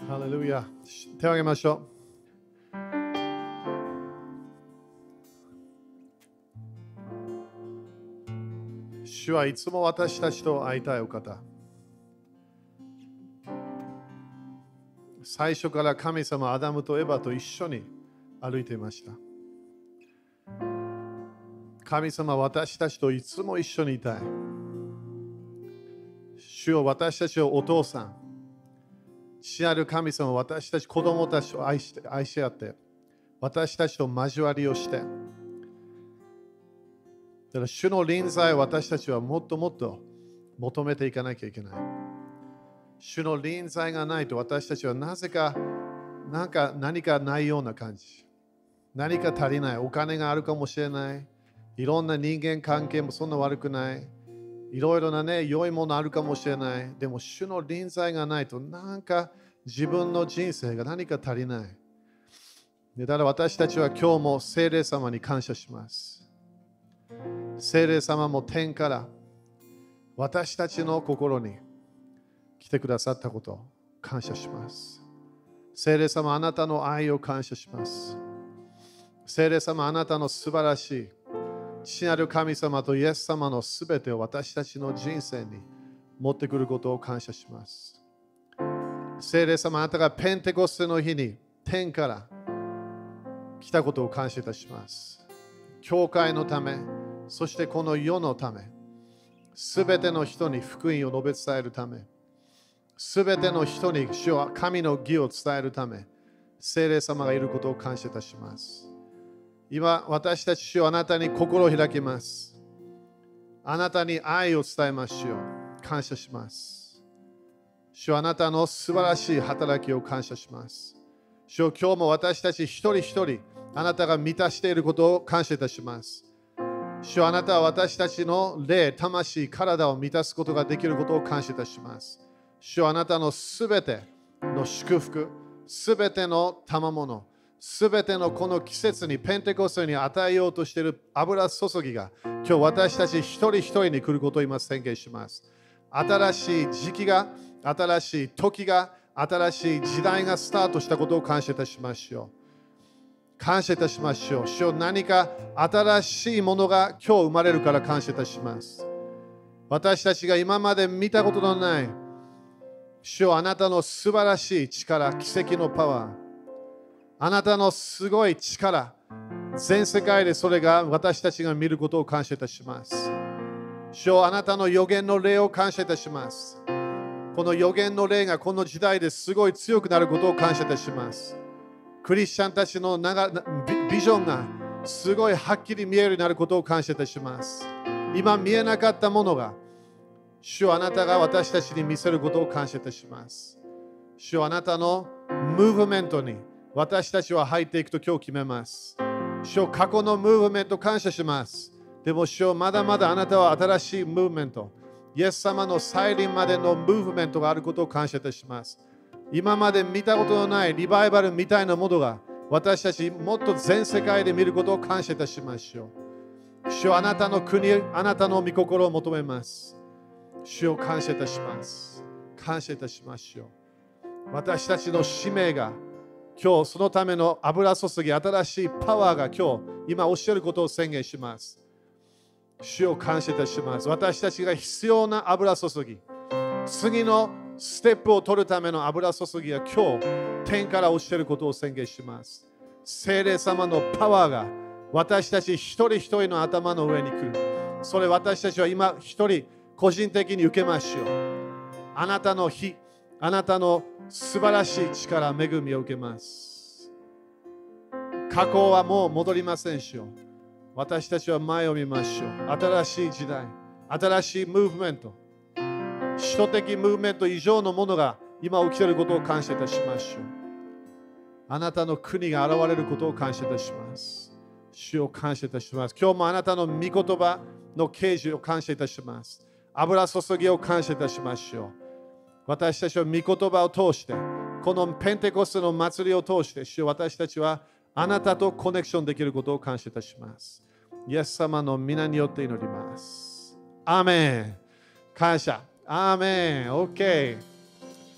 ハレルヤ。手を挙げましょう。主はいつも私たちと会いたいお方。最初から神様、アダムとエバと一緒に歩いていました。神様、私たちといつも一緒にいたい。主よ、私たちをお父さん、父なる神様、私たち子供たちを愛し合って、私たちと交わりをして、だから主の臨在を私たちはもっともっと求めていかなきゃいけない。主の臨在がないと私たちはなぜか何かないような感じ。何か足りない。お金があるかもしれない。いろんな人間関係もそんな悪くない。いろいろなね、良いものあるかもしれない。でも主の臨在がないとなんか自分の人生が何か足りない。だから私たちは今日も聖霊様に感謝します。聖霊様も天から私たちの心に来てくださったことを感謝します。聖霊様、あなたの愛を感謝します。聖霊様、あなたの素晴らしい父なる神様とイエス様のすべてを私たちの人生に持ってくることを感謝します。聖霊様、あなたがペンテコステの日に天から来たことを感謝いたします。教会のため、そしてこの世のため、すべての人に福音を述べ伝えるため、すべての人に主は神の義を伝えるため、聖霊様がいることを感謝いたします。今、私たち主はあなたに心を開きます。あなたに愛を伝えましょう。感謝します。主はあなたの素晴らしい働きを感謝します。主は今日も私たち一人一人、あなたが満たしていることを感謝いたします。主はあなたは私たちの霊、魂、体を満たすことができることを感謝いたします。主はあなたのすべての祝福、すべての賜物、すべてのこの季節にペンテコステに与えようとしている油注ぎが今日私たち一人一人に来ることを今宣言します。新しい時期が、新しい時が、新しい時代がスタートしたことを感謝いたしましょう。感謝いたしましょう。主よ、何か新しいものが今日生まれるから感謝いたします。私たちが今まで見たことのない主よ、あなたの素晴らしい力、奇跡のパワー、あなたのすごい力、全世界でそれが私たちが見ることを感謝いたします。主よ、あなたの予言の霊を感謝いたします。この予言の霊がこの時代ですごい強くなることを感謝いたします。クリスチャンたちのビジョンがすごいはっきり見えるようになることを感謝いたします。今見えなかったものが主よ、あなたが私たちに見せることを感謝いたします。主よ、あなたのムーブメントに私たちは入っていくと今日決めます。主よ、過去のムーブメント感謝します。でも主よ、まだまだあなたは新しいムーブメント、イエス様の再臨までのムーブメントがあることを感謝いたします。今まで見たことのないリバイバルみたいなものが私たちもっと全世界で見ることを感謝いたしましょう。主よ、あなたの国、あなたの御心を求めます。主を感謝いたします。感謝いたしましょう。私たちの使命が今日そのための油注ぎ、新しいパワーが今日今おっしゃることを宣言します。主を感謝いたします。私たちが必要な油注ぎ、次のステップを取るための油注ぎが今日天からおっしゃることを宣言します。聖霊様のパワーが私たち一人一人の頭の上に来る。それ私たちは今一人個人的に受けましょう。あなたの日、あなたの素晴らしい力、恵みを受けます。過去はもう戻りませんしよう。私たちは前を見ましょう。新しい時代、新しいムーブメント、首都的ムーブメント以上のものが今起きていることを感謝いたしましょう。あなたの国が現れることを感謝いたします。主を感謝いたします。今日もあなたの御言葉の啓示を感謝いたします。油注ぎを感謝いたしましょう。私たちは御言葉を通して、このペンテコステの祭りを通して、主よ、私たちはあなたとコネクションできることを感謝いたします。イエス様の皆によって祈ります。アーメン。感謝。アーメン。OK。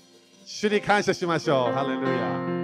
主に感謝しましょう。ハレルヤ。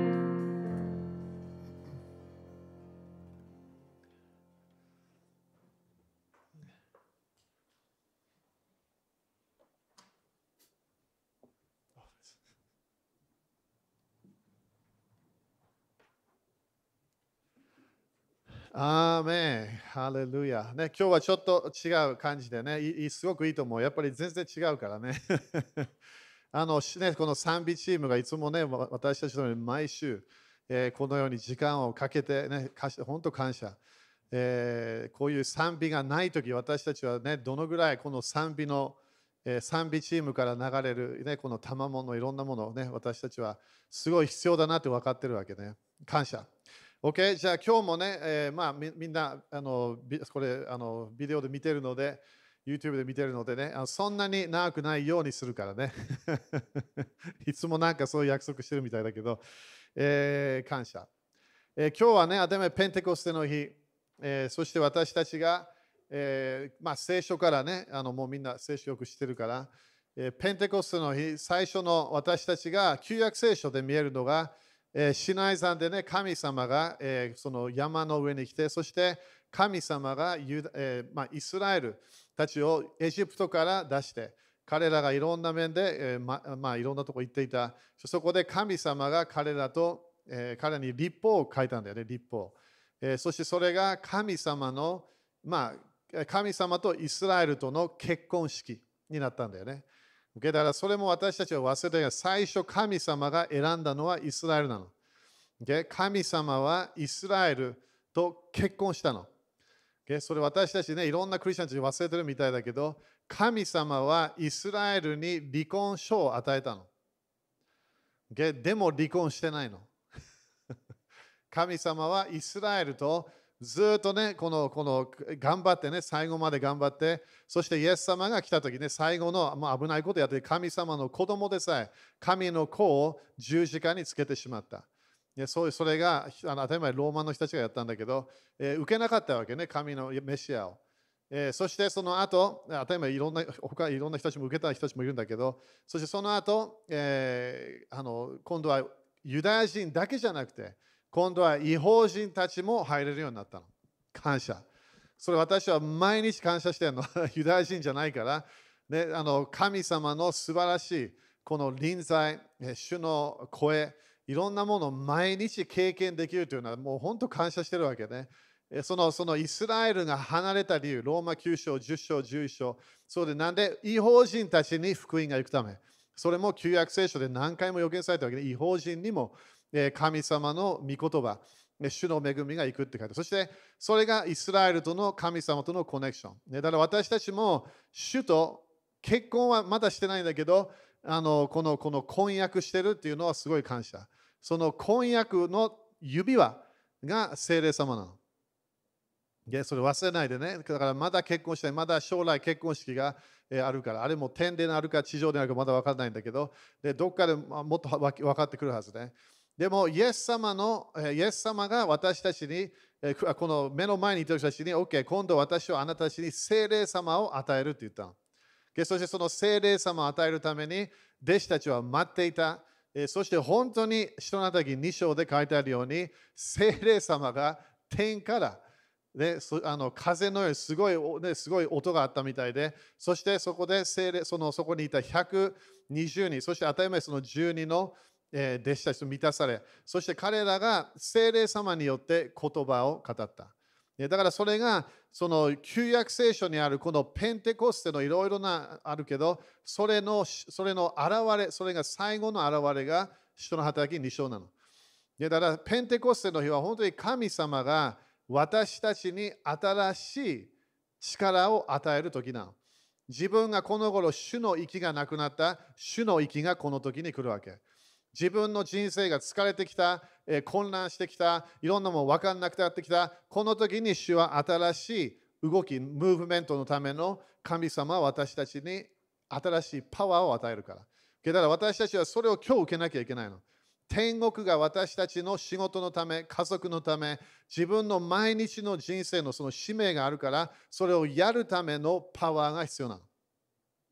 アーメン。ハレルヤ。ね、今日はちょっと違う感じでね、すごくいいと思う。やっぱり全然違うからね。この賛美チームがいつもね、私たちのように毎週、このように時間をかけてね、本当感謝。こういう賛美がないとき、私たちはね、どのぐらいこの賛美の、賛美チームから流れる、ね、この賜物、いろんなものをね、私たちはすごい必要だなって分かってるわけね。感謝。OK、じゃあ今日もね、みんなこれビデオで見てるので、YouTube で見てるのでね、そんなに長くないようにするからね。いつもなんかそういう約束してるみたいだけど、感謝。今日はね、あたまペンテコステの日、そして私たちが、聖書からね、もうみんな聖書よく知ってるから、ペンテコステの日、最初の私たちが旧約聖書で見えるのが、シナイ山でね、神様が、その山の上に来て、そして神様がイスラエルたちをエジプトから出して、彼らがいろんな面で、いろんなとこ行っていた。そこで神様が彼らに立法を書いたんだよね、立法。そしてそれが神様の、神様とイスラエルとの結婚式になったんだよね。だからそれも私たちは忘れてない。最初神様が選んだのはイスラエルなの。神様はイスラエルと結婚したの。それ私たちね、いろんなクリスチャンたち忘れてるみたいだけど、神様はイスラエルに離婚書を与えたの。でも離婚してないの。神様はイスラエルとずっとね、この頑張ってね、最後まで頑張って、そしてイエス様が来たときね、最後の危ないことやって、神様の子供でさえ、神の子を十字架につけてしまった。それが当たり前ローマの人たちがやったんだけど、受けなかったわけね、神のメシアを。そしてその後、当たり前いろんな人たちも受けた人たちもいるんだけど、そしてその後、今度はユダヤ人だけじゃなくて、今度は違法人たちも入れるようになったの。感謝。それ私は毎日感謝してるの。ユダヤ人じゃないから、ね、神様の素晴らしいこの臨在、主の声、いろんなものを毎日経験できるというのはもう本当感謝してるわけね。そのイスラエルが離れた理由、ローマ9章、10章、11章、そうでなんで違法人たちに福音が行くため、それも旧約聖書で何回も予言されたわけで、違法人にも神様の御言葉、主の恵みが行くって書いてある。そして、それがイスラエルとの神様とのコネクション。だから私たちも主と結婚はまだしてないんだけど、この婚約してるっていうのはすごい感謝。その婚約の指輪が聖霊様なの。それ忘れないでね。だからまだ結婚してない、まだ将来結婚式があるから、あれも天でなるか地上でなるかまだ分からないんだけど、どっかでもっと分かってくるはずね。でも、イエス様が私たちに、この目の前にいてる人たちに、OK、今度私はあなたたちに聖霊様を与えるって言ったの。そしてその聖霊様を与えるために、弟子たちは待っていた。そして本当に使徒の働き2章で書いてあるように、聖霊様が天から風のようにすごい音があったみたいで、そしてそこでそこにいた120人、そして当たり前その12の弟子たちと満たされ、そして彼らが聖霊様によって言葉を語った。だからそれがその旧約聖書にあるこのペンテコステのいろいろなあるけど、それの現れ、それが最後の現れが使徒の働き2章なの。だからペンテコステの日は本当に神様が私たちに新しい力を与える時なの。自分がこの頃主の息がなくなった、主の息がこの時に来るわけ。自分の人生が疲れてきた、混乱してきた、いろんなもの分からなくなってきた、この時に主は新しい動き、ムーブメントのための神様は私たちに新しいパワーを与えるから。だから私たちはそれを今日受けなきゃいけないの。天国が私たちの仕事のため、家族のため、自分の毎日の人生のその使命があるから、それをやるためのパワーが必要なの。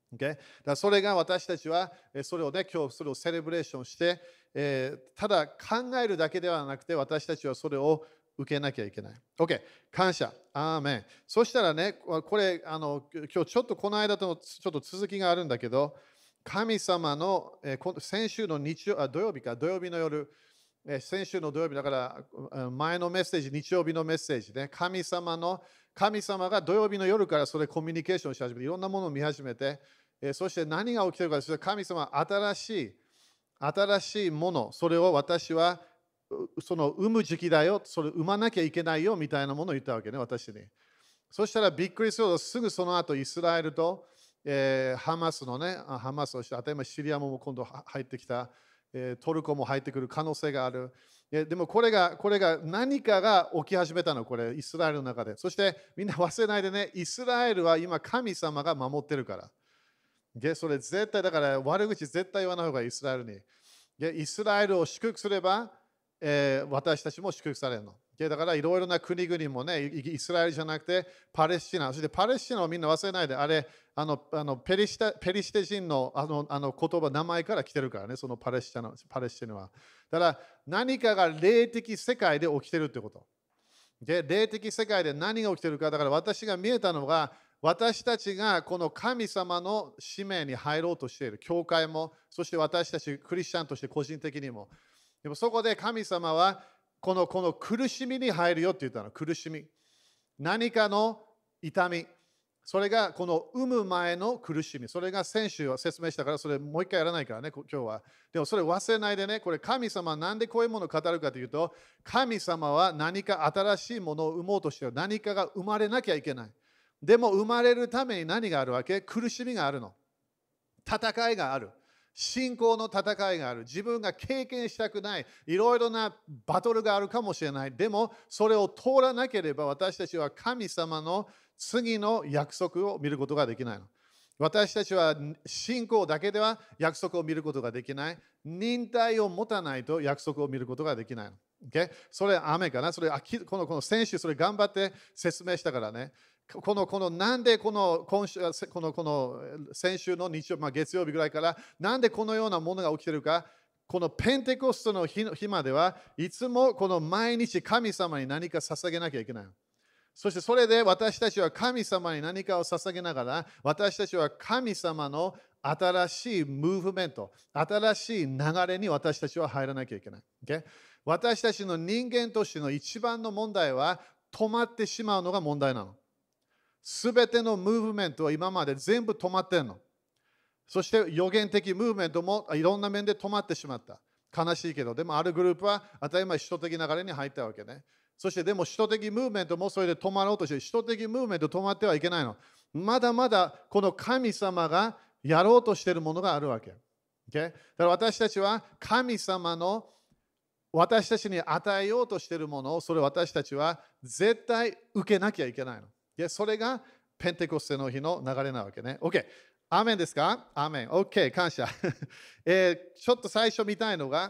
Okay? だからそれが私たちは、それをね、今日それをセレブレーションして、ただ考えるだけではなくて、私たちはそれを受けなきゃいけない。OK、感謝。アーメン。そしたらね、これ、今日ちょっとこの間とちょっと続きがあるんだけど、神様の、先週の土曜日の夜、先週の土曜日だから前のメッセージ、日曜日のメッセージで、神様が土曜日の夜からそれコミュニケーションし始めて、いろんなものを見始めて、そして何が起きてるかというと、神様は新しいもの、それを私はその産む時期だよ、それ産まなきゃいけないよみたいなものを言ったわけね、私に。そしたらびっくりすると、すぐその後イスラエルと、ハマスのね、ハマスをして、あと今シリアも今度入ってきた、トルコも入ってくる可能性がある。でもこれが何かが起き始めたの、これ、イスラエルの中で。そしてみんな忘れないでね、イスラエルは今神様が守ってるから。それ絶対だから悪口絶対言わない方がいい、イスラエルに。イスラエルを祝福すれば、私たちも祝福されるの。だからいろいろな国々もね、イスラエルじゃなくてパレスチナ。そしてパレスチナをみんな忘れないで、あれ、ペリシテ人の言葉、名前から来てるからね、そのパレスチナは。だから何かが霊的世界で起きてるってこと。霊的世界で何が起きてるか、だから私が見えたのが、私たちがこの神様の使命に入ろうとしている。教会も、そして私たちクリスチャンとして個人的にも。でもそこで神様はこの苦しみに入るよって言ったの。苦しみ。何かの痛み。それがこの産む前の苦しみ。それが先週は説明したから、それもう一回やらないからね、今日は。でもそれ忘れないでね、これ神様はなんでこういうものを語るかというと、神様は何か新しいものを生もうとしている。何かが生まれなきゃいけない。でも生まれるために何があるわけ？苦しみがあるの。戦いがある。信仰の戦いがある。自分が経験したくない。いろいろなバトルがあるかもしれない。でも、それを通らなければ私たちは神様の次の約束を見ることができないの。私たちは信仰だけでは約束を見ることができない。忍耐を持たないと約束を見ることができないの。Okay? それ雨かな、それこの先週それ頑張って説明したからね。なんで今週先週の日曜日、月曜日ぐらいからなんでこのようなものが起きているか、このペンテコストの日まではいつもこの毎日神様に何か捧げなきゃいけない。そしてそれで私たちは神様に何かを捧げながら、私たちは神様の新しいムーブメント、新しい流れに私たちは入らなきゃいけない。Okay? 私たちの人間としての一番の問題は止まってしまうのが問題なの。すべてのムーブメントは今まで全部止まってんの。そして予言的ムーブメントもいろんな面で止まってしまった。悲しいけど、でもあるグループは当たり前、首都的流れに入ったわけね。そしてでも首都的ムーブメントもそれで止まろうとして、首都的ムーブメント止まってはいけないの。まだまだこの神様がやろうとしているものがあるわけ。Okay? だから私たちは神様の私たちに与えようとしているものを、それを私たちは絶対受けなきゃいけないの。それがペンテコステの日の流れなわけね。OK。アーメンですか？アーメン。OK。感謝。ちょっと最初見たいのが、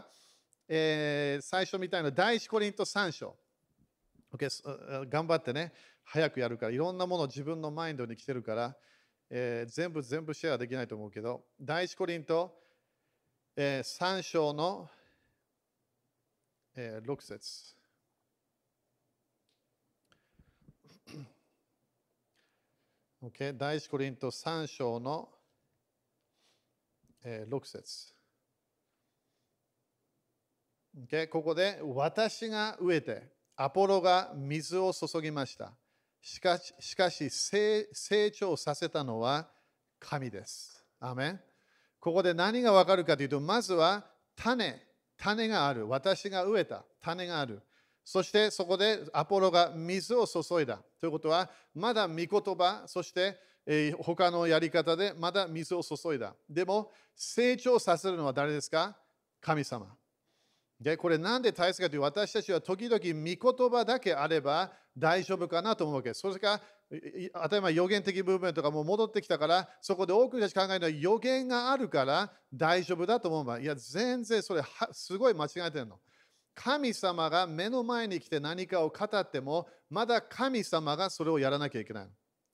第一コリント3章。OK。頑張ってね。早くやるから。いろんなもの自分のマインドに来てるから、全部シェアできないと思うけど、第一コリント、3章の、6節。Okay? 第一コリント3章の、6節。Okay? ここで私が植えてアポロが水を注ぎました。しかし成長させたのは神です。アーメン。ここで何がわかるかというと、まずは種がある。私が植えた種がある。そしてそこでアポロが水を注いだ。ということは、まだ御言葉、そして、他のやり方でまだ水を注いだ。でも、成長させるのは誰ですか？神様。これなんで大切かというと、私たちは時々御言葉だけあれば大丈夫かなと思うわけです。それから、当たり前予言的部分とかも戻ってきたから、そこで多くの人たち考えるのは予言があるから大丈夫だと思う場合、いや、全然それすごい間違えてるの。神様が目の前に来て何かを語っても、まだ神様がそれをやらなきゃいけない。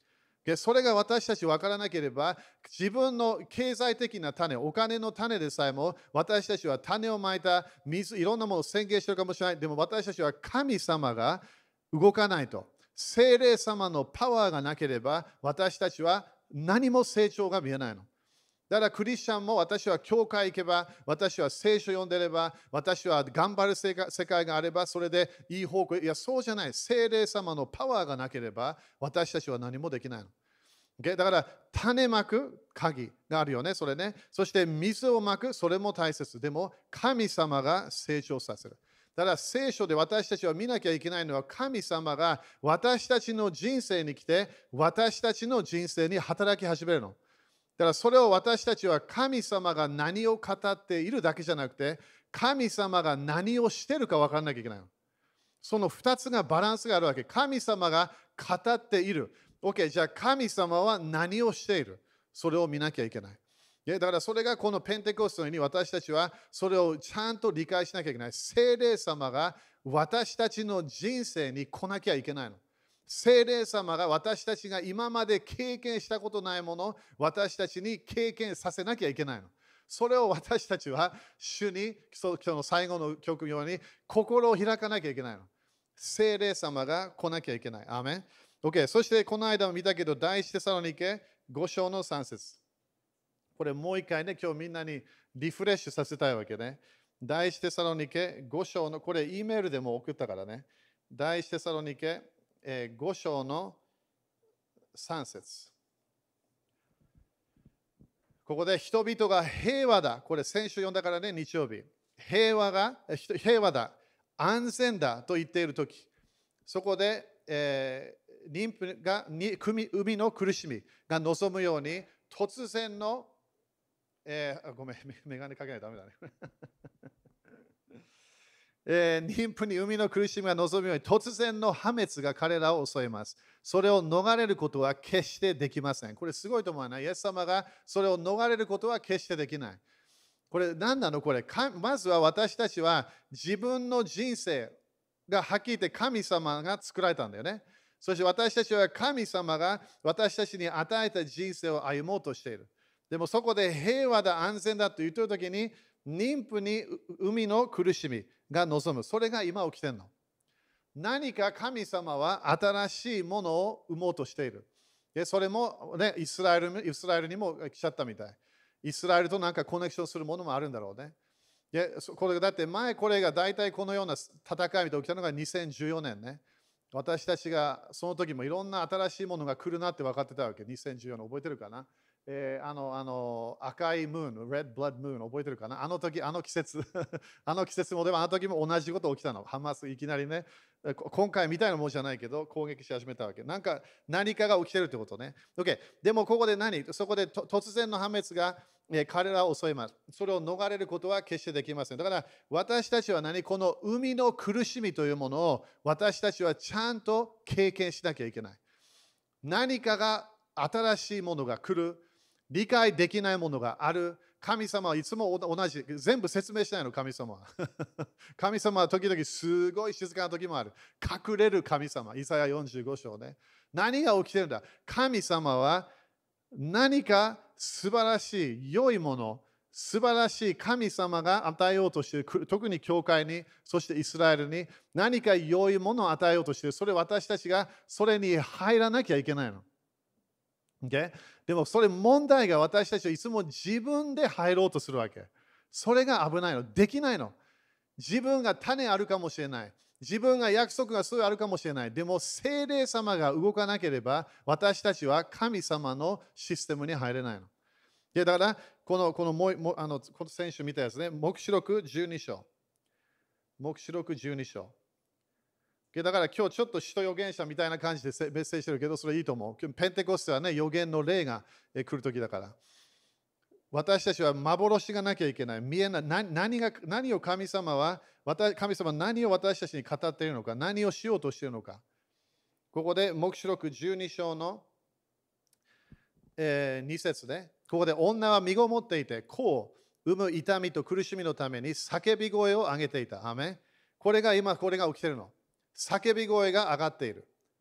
それが私たち分からなければ、自分の経済的な種、お金の種でさえも、私たちは種をまいた水、いろんなものを宣言しているかもしれない。でも私たちは神様が動かないと。聖霊様のパワーがなければ、私たちは何も成長が見えないの。だからクリスチャンも私は教会行けば、私は聖書読んでれば、私は頑張る世界があれば、それでいい方向。いや、そうじゃない。聖霊様のパワーがなければ、私たちは何もできないの。だから、種まく鍵があるよね、それね。そして水をまく、それも大切。でも、神様が成長させる。だから聖書で私たちは見なきゃいけないのは、神様が私たちの人生に来て、私たちの人生に働き始めるの。だからそれを私たちは神様が何を語っているだけじゃなくて、神様が何をしているか分からなきゃいけないの。その2つがバランスがあるわけ。神様が語っている。OK、じゃあ神様は何をしている？それを見なきゃいけない。だからそれがこのペンテコステのように私たちはそれをちゃんと理解しなきゃいけない。聖霊様が私たちの人生に来なきゃいけないの。聖霊様が私たちが今まで経験したことないものを私たちに経験させなきゃいけないの。それを私たちは主に今日の最後の曲のように心を開かなきゃいけないの。聖霊様が来なきゃいけない。アーメン。OK。そしてこの間も見たけど、第一テサロニケ5章の3節。これもう一回ね、今日みんなにリフレッシュさせたいわけね。第一テサロニケ5章の、これ E メールでも送ったからね。第一テサロニケ5章の3節。ここで人々が平和だ。これ先週読んだからね、日曜日。平和だ。安全だと言っているとき。そこで、妊婦が海の苦しみが望むように、突然の、ごめん、メガネかけないとダメだね。妊婦に海の苦しみが望むように突然の破滅が彼らを襲います。それを逃れることは決してできません。これすごいと思うな。イエス様がそれを逃れることは決してできない。これ何なのこれまずは私たちは自分の人生がはっきり言って神様が作られたんだよね。そして私たちは神様が私たちに与えた人生を歩もうとしている。でもそこで平和だ、安全だと言っているときに妊婦に海の苦しみが望む。それが今起きてるの。何か神様は新しいものを生もうとしている。でそれも、ね、イスラエルにも来ちゃったみたい。イスラエルとなんかコネクションするものもあるんだろうね。でこれだって前これが大体このような戦いみたいに起きたのが2014年ね。私たちがその時もいろんな新しいものが来るなって分かってたわけ。2014年覚えてるかな？赤いムーン、レッドブラッドムーン覚えてるかな？あの時、あの季節、あの季節もでもあの時も同じこと起きたの。ハマスいきなりね、今回みたいなもんじゃないけど攻撃し始めたわけ。なんか何かが起きてるってことね。OK。でもここでそこで突然の破滅が彼らを襲います。それを逃れることは決してできません。だから私たちはこの海の苦しみというものを私たちはちゃんと経験しなきゃいけない。何かが新しいものが来る。理解できないものがある。神様はいつも同じ。全部説明しないの、神様は。神様は時々すごい静かな時もある。隠れる神様。イサヤ45章ね。何が起きてるんだ？神様は何か素晴らしい良いもの、素晴らしい神様が与えようとしている。特に教会に、そしてイスラエルに何か良いものを与えようとしている。それ私たちがそれに入らなきゃいけないの。Okay? でもそれ問題が私たちはいつも自分で入ろうとするわけ。それが危ないの。できないの。自分が種あるかもしれない。自分が約束がすごいあるかもしれない。でも聖霊様が動かなければ私たちは神様のシステムに入れないの。でだからこの先週見たやつね。黙示録12章。黙示録12章。だから今日ちょっと使徒預言者みたいな感じでメッセージしてるけど、それいいと思う。ペンテコステはね、預言の霊が来るときだから。私たちは幻がなきゃいけない。見えない。何を神様は何を私たちに語っているのか、何をしようとしているのか。ここで黙示録12章の、2節ね。ここで女は身ごもっていて、子を産む痛みと苦しみのために叫び声を上げていた。アメン。これが起きているの。叫び声が上がっている。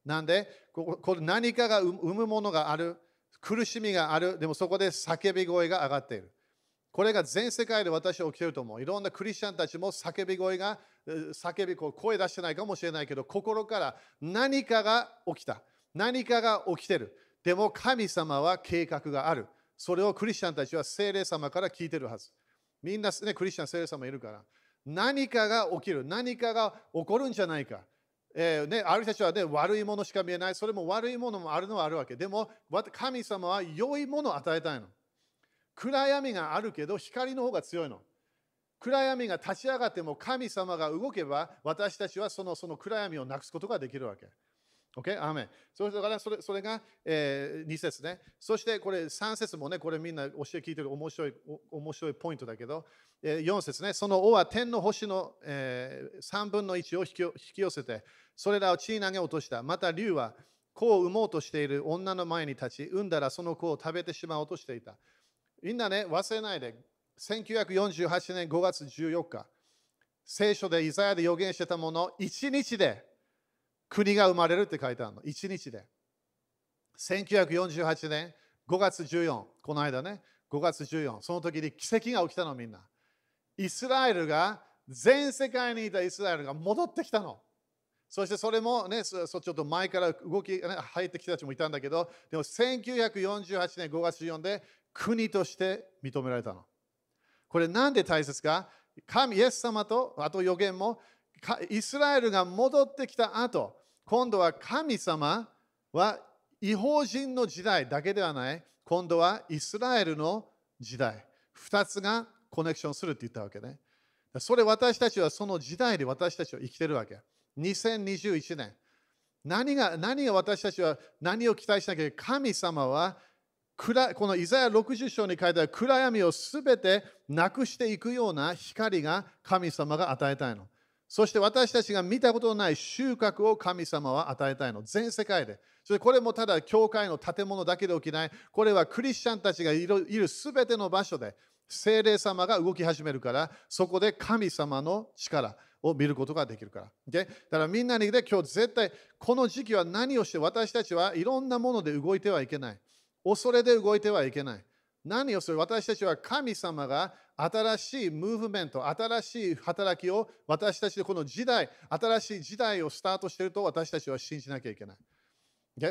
なんで、これ何かが生むものがある、苦しみがある、でもそこで叫び声が上がっている。これが全世界で私は起きていると思う。いろんなクリスチャンたちも叫び声が、声出してないかもしれないけど、心から何かが起きた。何かが起きている。でも神様は計画がある。それをクリスチャンたちは聖霊様から聞いているはず。みんな、ね、クリスチャン聖霊様いるから。何かが起きる。何かが起こるんじゃないか。ある人たちは、ね、悪いものしか見えない。それも悪いものもあるのはあるわけ。でも、神様は良いものを与えたいの。暗闇があるけど、光の方が強いの。暗闇が立ち上がっても、神様が動けば、私たちはその暗闇をなくすことができるわけ。OK? アーメン。それが、2節ね。そしてこれ3節もね、これみんな教え聞いてる面白いポイントだけど、4節ね。その尾は天の星の、3分の1を引き寄せて、それらを地に投げ落とした。また竜は子を産もうとしている女の前に立ち、産んだらその子を食べてしまおうとしていた。みんなね、忘れないで、1948年5月14日、聖書でイザヤで予言してたもの、1日で国が生まれるって書いてあるの。1日で。1948年5月14、この間ね、5月14、その時に奇跡が起きたの、みんな。イスラエルが、全世界にいたイスラエルが戻ってきたの。そしてそれもね、ちょっと前から動き、入ってきた人たちもいたんだけど、でも1948年5月14で国として認められたの。これなんで大切か？イエス様と、あと預言も、イスラエルが戻ってきた後、今度は神様は異邦人の時代だけではない、今度はイスラエルの時代。2つがコネクションするって言ったわけね。それ私たちはその時代で私たちは生きてるわけ。2021年。何が私たちは何を期待しなきゃいけない？神様はこのイザヤ60章に書いてある暗闇をすべてなくしていくような光が神様が与えたいの。そして私たちが見たことのない収穫を神様は与えたいの。全世界で。それこれもただ教会の建物だけで起きない。これはクリスチャンたちがいるすべての場所で聖霊様が動き始めるから、そこで神様の力を見ることができるから。だからみんなに今日絶対この時期は何をして私たちはいろんなもので動いてはいけない。恐れで動いてはいけない。何をする？私たちは神様が新しいムーブメント、新しい働きを私たちでこの時代、新しい時代をスタートしていると私たちは信じなきゃいけない。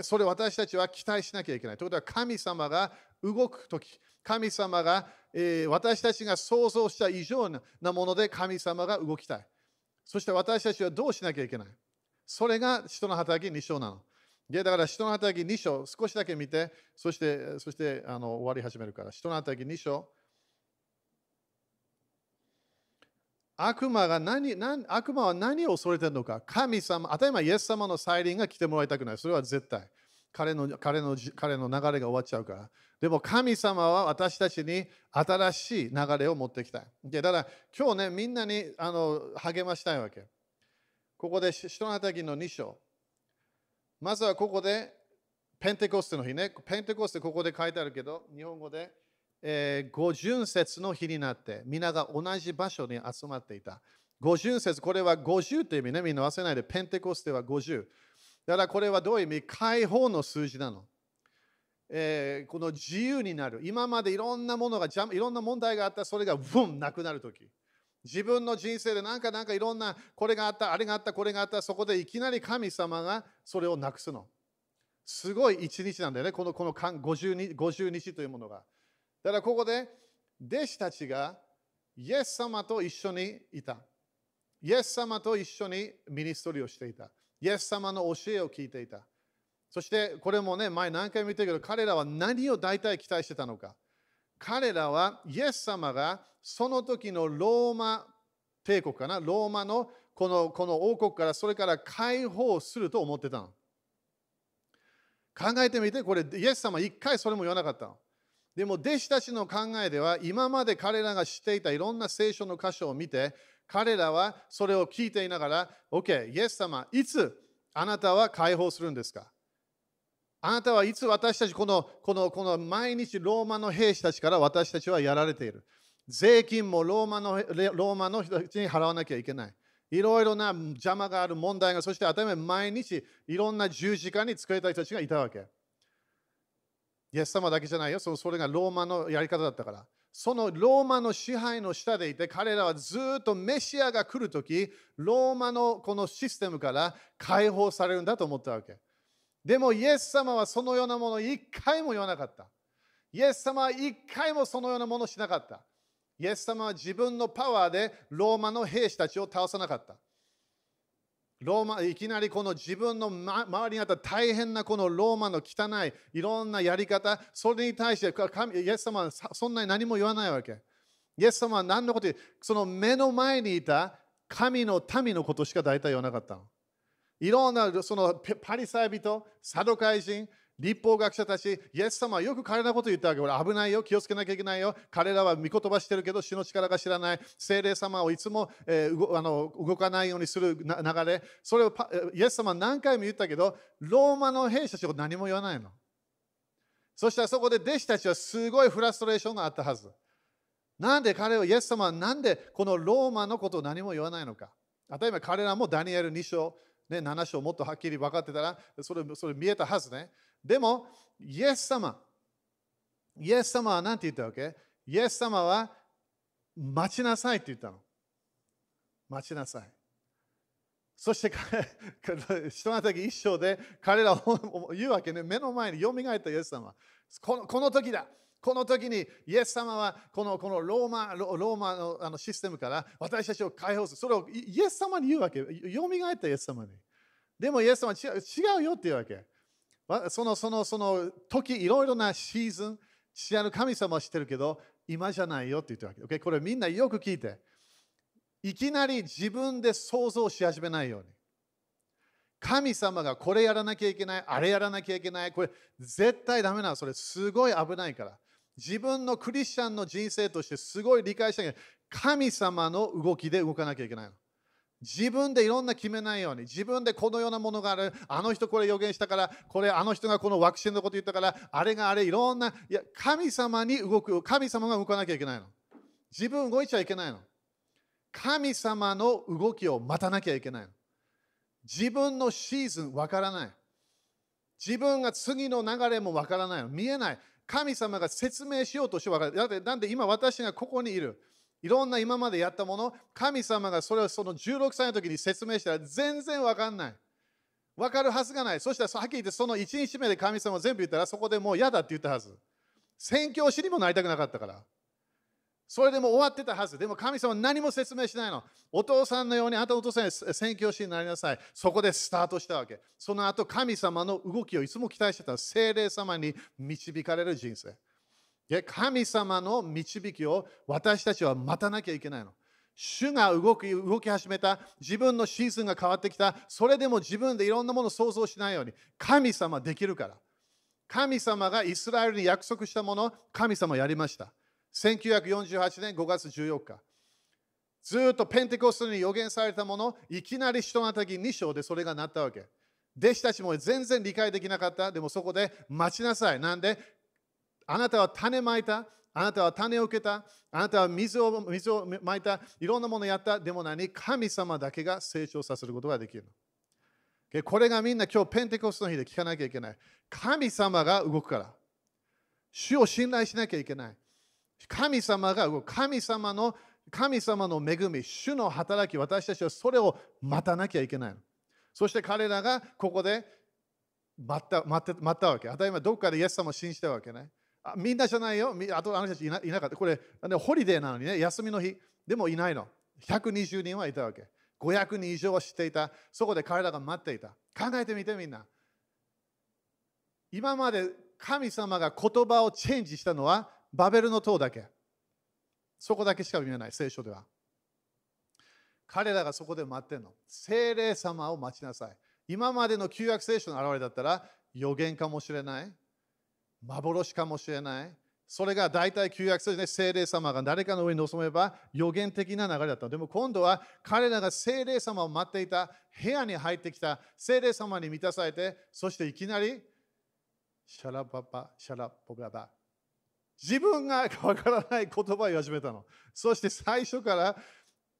それを私たちは期待しなきゃいけない。ということは神様が動くとき、神様が、私たちが想像した以上なもので神様が動きたい。そして私たちはどうしなきゃいけない？それが使徒の働き2章なの。だから、使徒の働き2章、少しだけ見て、そして終わり始めるから。使徒の働き2章。悪魔は何を恐れているのか？神様、当たり前、イエス様の再臨が来てもらいたくない。それは絶対。彼の流れが終わっちゃうから。でも神様は私たちに新しい流れを持ってきたい。だから今日ね、みんなに励ましたいわけ。ここで使徒の働きの2章。まずはここでペンテコステの日ね。ペンテコステここで書いてあるけど、日本語で、五巡節の日になって、皆が同じ場所に集まっていた。五巡節、これは50という意味ね。みんな忘れないで、ペンテコステは50。だからこれはどういう意味？解放の数字なの。この自由になる。今までいろんなものがいろんな問題があった、それがなくなるとき。自分の人生でなんかいろんなこれがあった、あれがあった、これがあった、そこでいきなり神様がそれをなくすの。すごい一日なんだよね、この50日というものが。だからここで弟子たちがイエス様と一緒にいた。イエス様と一緒にミニストリーをしていた。イエス様の教えを聞いていた。そしてこれもね、前何回も言ったけど、彼らは何を大体期待してたのか。彼らはイエス様がその時のローマ帝国かな、ローマのこの王国からそれから解放すると思ってたの。考えてみて、これイエス様一回それも言わなかったの。でも弟子たちの考えでは、今まで彼らが知っていたいろんな聖書の箇所を見て、彼らはそれを聞いていながら、OK、イエス様、いつあなたは解放するんですか？あなたはいつ私たちこの毎日ローマの兵士たちから私たちはやられている。税金もローマの人たちに払わなきゃいけない。 いろいろな邪魔がある問題が、そして当たり前毎日いろんな十字架に使えた人たちがいたわけ。イエス様だけじゃないよ。それがローマのやり方だったから。そのローマの支配の下でいて、彼らはずっとメシアが来るとき、ローマのこのシステムから解放されるんだと思ったわけ。でも、イエス様はそのようなものを一回も言わなかった。イエス様は一回もそのようなものをしなかった。イエス様は自分のパワーでローマの兵士たちを倒さなかった。いきなりこの自分の周りにあった大変なこのローマの汚いいろんなやり方、それに対してイエス様はそんなに何も言わないわけ。イエス様は何のこと言う、その目の前にいた神の民のことしか大体言わなかったの。いろんなそのパリサイ人、サドカイ人、立法学者たち、イエス様はよく彼らのことを言ったわけ。俺危ないよ、気をつけなきゃいけないよ。彼らは御言葉してるけど、死の力が知らない。聖霊様をいつも、動かないようにする流れ。それをイエス様は何回も言ったけど、ローマの兵士たちは何も言わないの。そしたらそこで弟子たちはすごいフラストレーションがあったはず。なんで彼は、イエス様はなんでこのローマのことを何も言わないのか。例えば彼らもダニエル2章、7章もっとはっきり分かってたら、それ見えたはずね。でも、イエス様は何て言ったわけ？イエス様は待ちなさいって言ったの。待ちなさい。そして人の時一章で彼らを言うわけね。目の前によみがえったイエス様。この時だ。この時にイエス様はこのローマのシステムから私たちを解放する。それをイエス様に言うわけ。よみがえったイエス様に。でもイエス様は違うよって言うわけ。その時、いろいろなシーズン、知らぬ神様は知ってるけど、今じゃないよって言ってるわけ。これみんなよく聞いて。いきなり自分で想像し始めないように。神様がこれやらなきゃいけない、あれやらなきゃいけない。これ絶対ダメなの。それすごい危ないから。自分のクリスチャンの人生としてすごい理解したい。神様の動きで動かなきゃいけないの。自分でいろんな決めないように、自分でこのようなものがある、あの人これ予言したから、あの人がこのワクチンのこと言ったから、あれがあれ、いろんな、神様に動く、神様が動かなきゃいけないの。自分動いちゃいけないの。神様の動きを待たなきゃいけないの。自分のシーズンわからない。自分が次の流れもわからないの。見えない。神様が説明しようとしてわからない。なんで今私がここにいる。いろんな今までやったもの、神様がそれをその16歳の時に説明したら全然わかんない。わかるはずがない。そしたらはっきり言ってその1日目で神様全部言ったらそこでもう嫌だって言ったはず。宣教師にもなりたくなかったから。それでも終わってたはず。でも神様は何も説明しないの。お父さんのようにあなたのお父さんに宣教師になりなさい。そこでスタートしたわけ。その後神様の動きをいつも期待してた。聖霊様に導かれる人生。神様の導きを私たちは待たなきゃいけないの。主が動き始めた、自分のシーズンが変わってきた、それでも自分でいろんなものを想像しないように、神様できるから。神様がイスラエルに約束したもの、神様やりました。1948年5月14日。ずっとペンテコステに予言されたもの、いきなり人の働き2章でそれがなったわけ。弟子たちも全然理解できなかった。でもそこで待ちなさい。なんであなたは種まいた、あなたは種を受けた、あなたは水をまいた、いろんなものをやった。でも神様だけが成長させることができるの。これがみんな今日ペンテコステの日で聞かなきゃいけない。神様が動くから。主を信頼しなきゃいけない。神様が動く。神様の恵み、主の働き、私たちはそれを待たなきゃいけないの。そして彼らがここで待ったわけ。当たり前、どこかでイエス様を信じたわけね。みんなじゃないよ。あとあの人たちいなかった。これ、ホリデーなのにね、休みの日。でもいないの。120人はいたわけ。500人以上は知っていた。そこで彼らが待っていた。考えてみてみんな。今まで神様が言葉をチェンジしたのはバベルの塔だけ。そこだけしか見えない、聖書では。彼らがそこで待ってるの。聖霊様を待ちなさい。今までの旧約聖書の現れだったら予言かもしれない。幻かもしれない。それが大体旧約聖書で聖霊様が誰かの上に臨めば予言的な流れだった。でも今度は彼らが聖霊様を待っていた、部屋に入ってきた、聖霊様に満たされて、そしていきなりシャラパパ、シャラポガバ。自分がわからない言葉を言い始めたの。そして最初から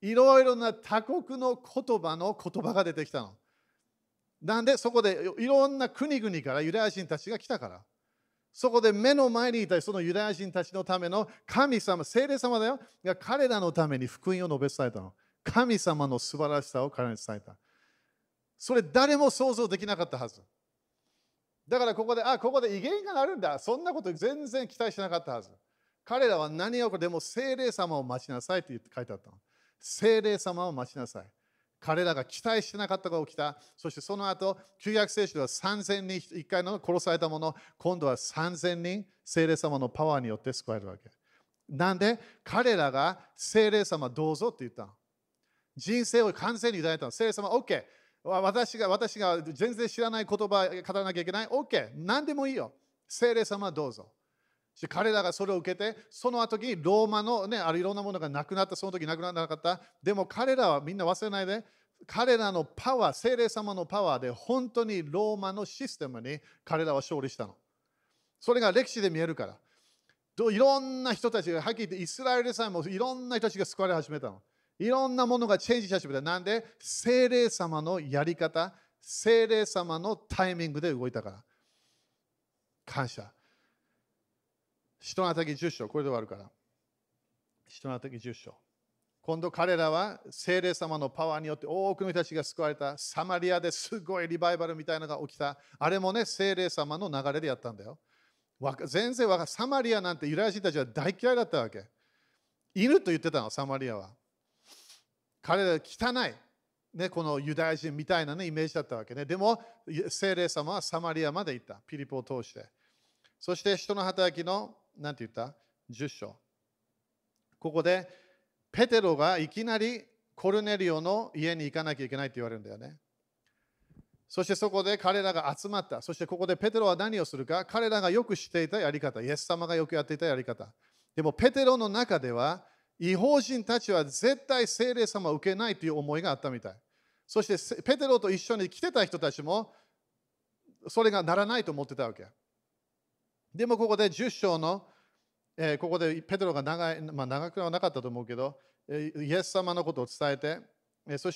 いろいろな他国の言葉が出てきたの。なんでそこでいろんな国々からユダヤ人たちが来たから。そこで目の前にいたそのユダヤ人たちのための神様、聖霊様だよ、が彼らのために福音を述べ伝えたの。神様の素晴らしさを彼らに伝えた。それ誰も想像できなかったはず。だからここで威厳があるんだ。そんなこと全然期待しなかったはず。彼らは何をでも聖霊様を待ちなさいって書いてあったの。聖霊様を待ちなさい。彼らが期待してなかったことが起きた。そしてその後、旧約聖書では3000人、1回の殺されたもの、今度は3000人、聖霊様のパワーによって救われるわけ。なんで、彼らが聖霊様どうぞって言ったの。人生を完全に委ねたの。聖霊様、OK。私が全然知らない言葉を語らなきゃいけない。OK。何でもいいよ。聖霊様どうぞ。彼らがそれを受けて、その後にローマのね、いろんなものがなくなった、その時なくならなかった。でも彼らはみんな忘れないで、彼らのパワー、聖霊様のパワーで本当にローマのシステムに彼らは勝利したの。それが歴史で見えるから。いろんな人たちが、はっきり言ってイスラエルでさえもいろんな人たちが救われ始めたの。いろんなものがチェンジし始めた。なんで、聖霊様のやり方、聖霊様のタイミングで動いたから。感謝。使徒の働き10章、これで終わるから。使徒の働き10章。今度彼らは聖霊様のパワーによって多くの人たちが救われた。サマリアですごいリバイバルみたいなのが起きた。あれもね、聖霊様の流れでやったんだよ。全然サマリアなんてユダヤ人たちは大嫌いだったわけ。犬と言ってたの、サマリアは。彼ら汚い、ね、このユダヤ人みたいな、ね、イメージだったわけね。でも、聖霊様はサマリアまで行った。ピリポを通して。そして、使徒の働きのなんて言った ?10 章。ここで、ペテロがいきなりコルネリオの家に行かなきゃいけないって言われるんだよね。そしてそこで彼らが集まった。そしてここでペテロは何をするか、彼らがよく知っていたやり方、イエス様がよくやっていたやり方。でもペテロの中では、異邦人たちは絶対聖霊様を受けないという思いがあったみたい。そしてペテロと一緒に来てた人たちも、それがならないと思ってたわけ。でもここで10章の、ここでペテロが長くはなかったと思うけど、イエス様のことを伝えて、そして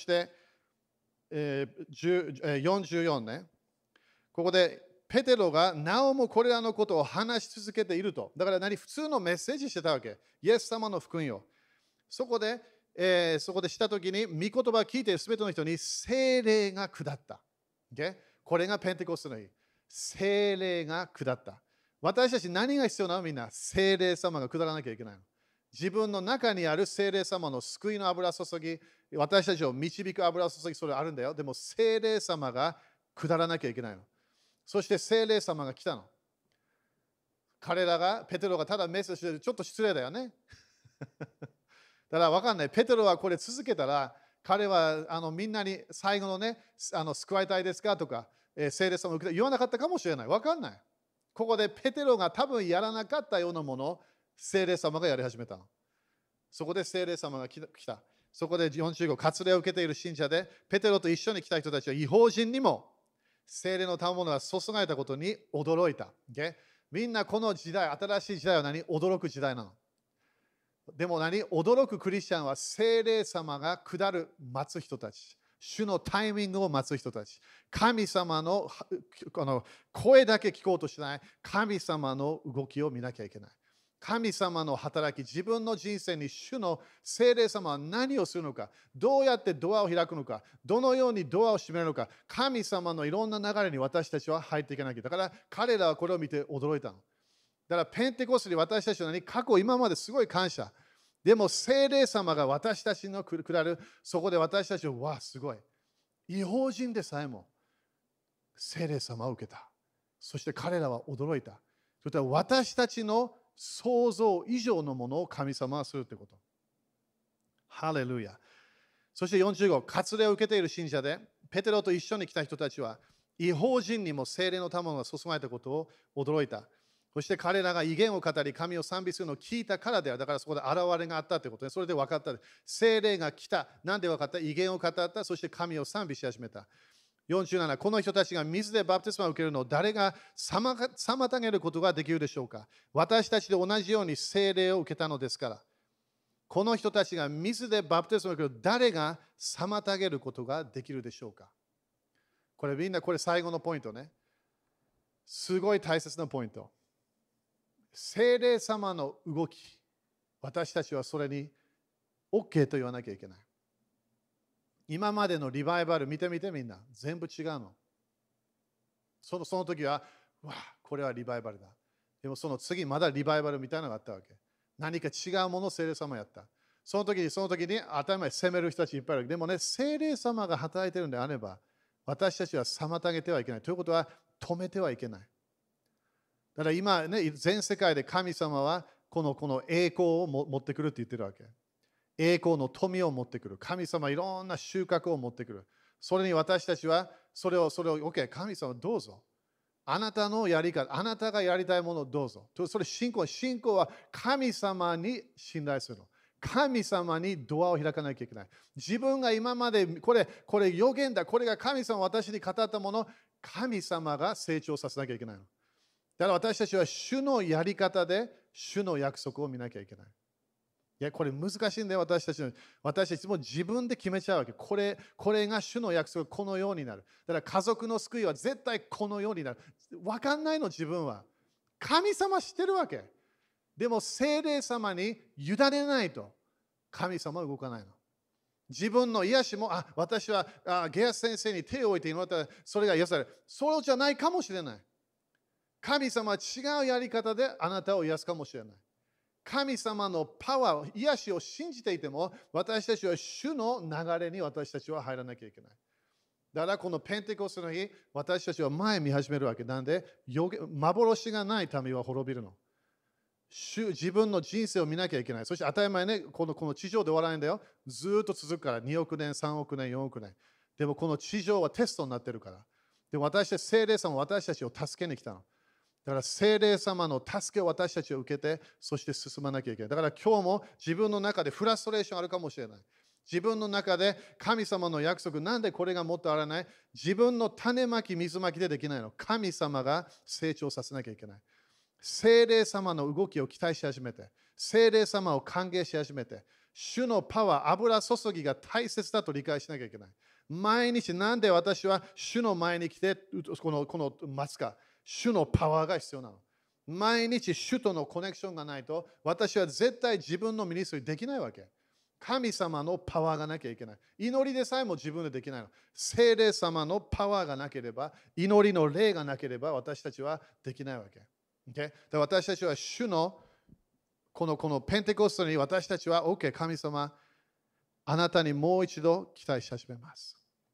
、44ね、ここでペテロがなおもこれらのことを話し続けていると。だから普通のメッセージしてたわけ。イエス様の福音を。そこでしたときに、御言葉を聞いているすべての人に聖霊が下った。これがペンテコステの日。聖霊が下った。私たち何が必要なのみんな、聖霊様が下らなきゃいけないの。自分の中にある聖霊様の救いの油注ぎ、私たちを導く油注ぎ、それあるんだよ。でも聖霊様が下らなきゃいけないの。そして聖霊様が来たの。彼らが、ペテロがただメッセージして、ちょっと失礼だよね。だから分かんない。ペテロはこれ続けたら、彼はみんなに最後のね、救われたいですかとか、聖霊様を受けた言わなかったかもしれない。分かんない。ここでペテロが多分やらなかったようなものを聖霊様がやり始めたの。そこで聖霊様が来た。そこで45、割礼を受けている信者で、ペテロと一緒に来た人たちは違法人にも聖霊の賜物が注がれたことに驚いた。みんなこの時代、新しい時代は驚く時代なの。でも驚くクリスチャンは聖霊様が下る待つ人たち。主のタイミングを待つ人たち。神様の声だけ聞こうとしない。神様の動きを見なきゃいけない。神様の働き、自分の人生に主の聖霊様は何をするのか、どうやってドアを開くのか、どのようにドアを閉めるのか、神様のいろんな流れに私たちは入っていかなきゃ。だから彼らはこれを見て驚いたの。だからペンテコステに私たちは過去今まですごい感謝。でも聖霊様が私たちの下る、そこで私たちは、わあ、すごい。異邦人でさえも聖霊様を受けた。そして彼らは驚いた。そして私たちの想像以上のものを神様はするということ。ハレルヤ。そして45、割礼を受けている信者で、ペテロと一緒に来た人たちは、異邦人にも聖霊の賜物が注がれたことを驚いた。そして彼らが威厳を語り、神を賛美するのを聞いたからである。だからそこで現れがあったということで、それで分かった。聖霊が来た。なんで分かった？威厳を語った。そして神を賛美し始めた。47、この人たちが水でバプテスマを受けるのを誰が妨げることができるでしょうか？私たちで同じように聖霊を受けたのですから。 この人たちが水でバプテスマを受ける誰が妨げることができるでしょうか。これみんなこれ最後のポイントね。すごい大切なポイント。聖霊様の動き、私たちはそれに OK と言わなきゃいけない。今までのリバイバル見てみてみんな、全部違うの。その時は、わあ、これはリバイバルだ。でもその次まだリバイバルみたいなのがあったわけ。何か違うものを聖霊様やった。その時に当たり前責める人たちいっぱいいる。でもね、聖霊様が働いているのであれば、私たちは妨げてはいけない。ということは、止めてはいけない。だから今ね、全世界で神様はこの栄光を持ってくるって言ってるわけ。栄光の富を持ってくる。神様いろんな収穫を持ってくる。それに私たちはそれを OK、神様どうぞ。あなたのやり方、あなたがやりたいものをどうぞ。それ信仰は神様に信頼するの。神様にドアを開かなきゃいけない。自分が今までこれ予言だ、これが神様私に語ったもの、神様が成長させなきゃいけないの。だから私たちは主のやり方で主の約束を見なきゃいけない。いや、これ難しいんだよ、私たちも自分で決めちゃうわけ。これが主の約束、このようになる。だから家族の救いは絶対このようになる。わかんないの、自分は。神様知ってるわけ。でも、聖霊様に委ねないと、神様は動かないの。自分の癒しも、私はゲアス先生に手を置いて祈ったら、それが癒される。そうじゃないかもしれない。神様は違うやり方であなたを癒すかもしれない。神様のパワー、癒しを信じていても、私たちは主の流れに私たちは入らなきゃいけない。だからこのペンテコステの日、私たちは前見始めるわけなんで、幻がない民は滅びるの。自分の人生を見なきゃいけない。そして当たり前ね、この地上で終わらないんだよ。ずっと続くから、2億年、3億年、4億年。でもこの地上はテストになってるから。で、私たち、聖霊様は私たちを助けに来たの。だから聖霊様の助けを私たちは受けて、そして進まなきゃいけない。だから今日も自分の中でフラストレーションあるかもしれない。自分の中で神様の約束、なんでこれがもっとあらない？自分の種まき、水まきでできないの。神様が成長させなきゃいけない。聖霊様の動きを期待し始めて、聖霊様を歓迎し始めて、主のパワー、油注ぎが大切だと理解しなきゃいけない。毎日なんで私は主の前に来て、この待つか。主のパワーが必要なの。毎日主とのコネクションがないと、私は絶対自分のミニストリーできないわけ。神様のパワーがなきゃいけない。祈りでさえも自分でできないの。聖霊様のパワーがなければ、祈りの霊がなければ私たちはできないわけ。Okay？ で私たちは主のこのペンテコストに私たちは OK、神様、あなたにもう一度期待し始めます。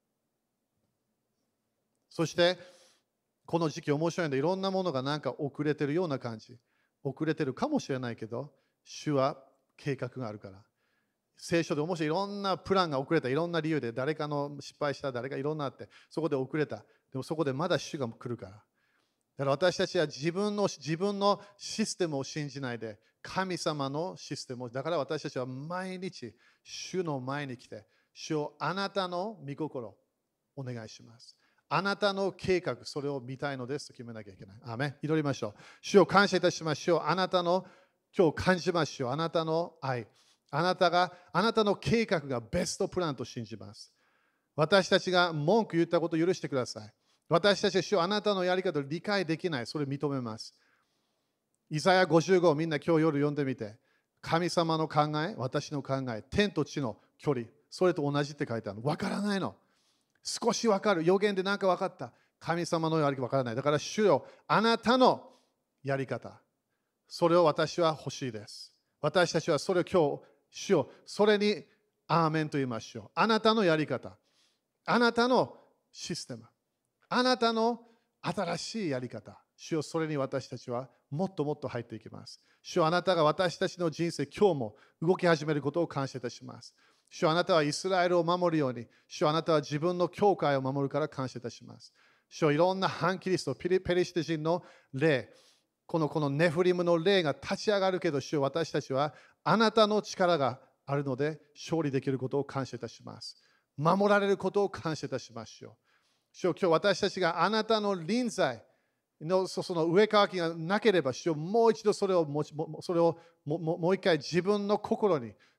そして、この時期面白いんで、いろんなものがなんか遅れてるような感じ。遅れてるかもしれないけど、主は計画があるから。聖書で面白いいろんなプランが遅れた。いろんな理由で誰かの失敗した、誰かいろんなあって、そこで遅れた。でもそこでまだ主が来るから。だから私たちは自分のシステムを信じないで、神様のシステムを。だから私たちは毎日、主の前に来て、主をあなたの御心、お願いします。あなたの計画、それを見たいのですと決めなきゃいけない。アーメン。祈りましょう。主を感謝いたしましょう。あなたの、今日感じましょう。あなたの愛。あなたの計画がベストプランと信じます。私たちが文句言ったことを許してください。私たちは主をあなたのやり方を理解できない。それを認めます。イザヤ55、みんな今日夜読んでみて。神様の考え、私の考え、天と地の距離、それと同じって書いてあるの。わからないの。少しわかる。予言で何か分かった。神様のやり方分からない。だから主よ、あなたのやり方。それを私は欲しいです。私たちはそれを今日、主よ、それにアーメンと言いましょう。あなたのやり方。あなたのシステム。あなたの新しいやり方。主よ、それに私たちはもっともっと入っていきます。主よ、あなたが私たちの人生、今日も動き始めることを感謝いたします。主よ、あなたはイスラエルを守るように、主よ、あなたは自分の教会を守るから感謝いたします。主よ、いろんな反キリスト、ペリシテ人の霊、このネフリムの霊が立ち上がるけど、主よ、私たちはあなたの力があるので勝利できることを感謝いたします。守られることを感謝いたしましょう。主よ、今日私たちがあなたの臨在のその上乾きがなければ、主よ、もう一度それをもう一回自分の心に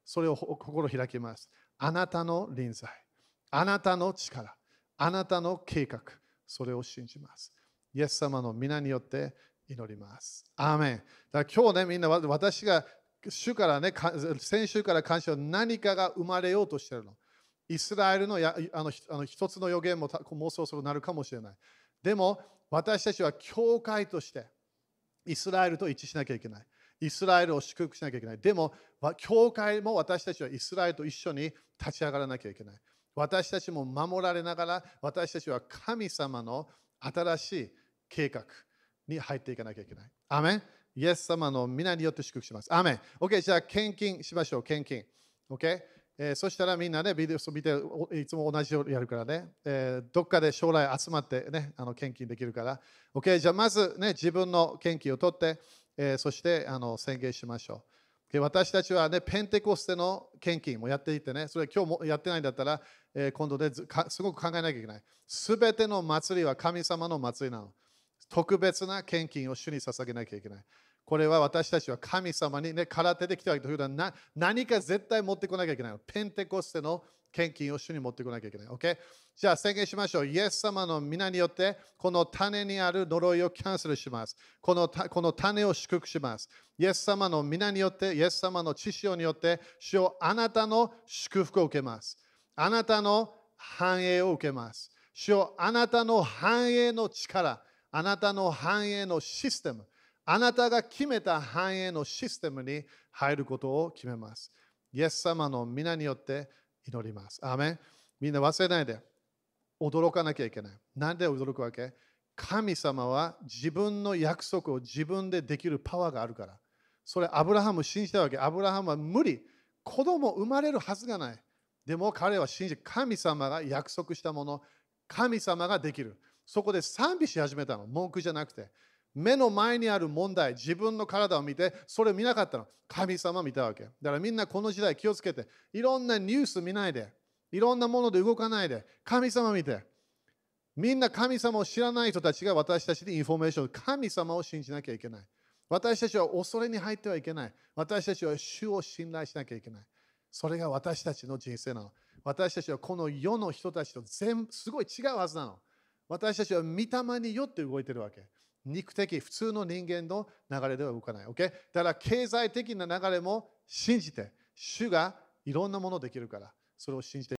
それを心開きます。あなたの臨在、あなたの力、あなたの計画、それを信じます。イエス様の皆によって祈ります。アーメン。だから今日ね、みんな私が主からね、先週から感謝は何かが生まれようとしているの。イスラエルの一つの予言ももうそろそろなるかもしれない。でも私たちは教会としてイスラエルと一致しなきゃいけない。イスラエルを祝福しなきゃいけない。でも、教会も私たちはイスラエルと一緒に立ち上がらなきゃいけない。私たちも守られながら、私たちは神様の新しい計画に入っていかなきゃいけない。アメン。イエス様の皆によって祝福します。アメン。OK、じゃあ献金しましょう。献金。OK。そしたらみんなね、ビデオ見て、いつも同じようにやるからね、どっかで将来集まってね、献金できるから。OK、じゃあまずね、自分の献金を取って、そして宣言しましょう。私たちはね、ペンテコステの献金もやっていてね、それ今日もやってないんだったら、今度ですごく考えなきゃいけない。すべての祭りは神様の祭りなの。特別な献金を主に捧げなきゃいけない。これは私たちは神様にね、空手で来たわけということは何か絶対持ってこなきゃいけない。ペンテコステの献金を主に持ってこなきゃいけない。OK？ じゃあ宣言しましょう。イエス様の皆によって、この種にある呪いをキャンセルします。この種を祝福します。イエス様の皆によって、イエス様の知潮によって、主よあなたの祝福を受けます。あなたの繁栄を受けます。主よあなたの繁栄の力、あなたの繁栄のシステム、あなたが決めた繁栄のシステムに入ることを決めます。イエス様の皆によって祈ります。アーメン。みんな忘れないで。驚かなきゃいけない。なんで驚くわけ？神様は自分の約束を自分でできるパワーがあるから。それアブラハム信じたわけ。アブラハムは無理。子供生まれるはずがない。でも彼は信じ、神様が約束したもの、神様ができる。そこで賛美し始めたの。文句じゃなくて。目の前にある問題、自分の体を見て、それを見なかったの。神様見たわけ。だからみんなこの時代気をつけて、いろんなニュース見ないで、いろんなもので動かないで、神様見て。みんな神様を知らない人たちが私たちにインフォメーション、神様を信じなきゃいけない。私たちは恐れに入ってはいけない。私たちは主を信頼しなきゃいけない。それが私たちの人生なの。私たちはこの世の人たちとすごい違うはずなの。私たちは御霊によって動いてるわけ。肉的、普通の人間の流れでは動かない。OK？ だから経済的な流れも信じて、主がいろんなものできるから、それを信じて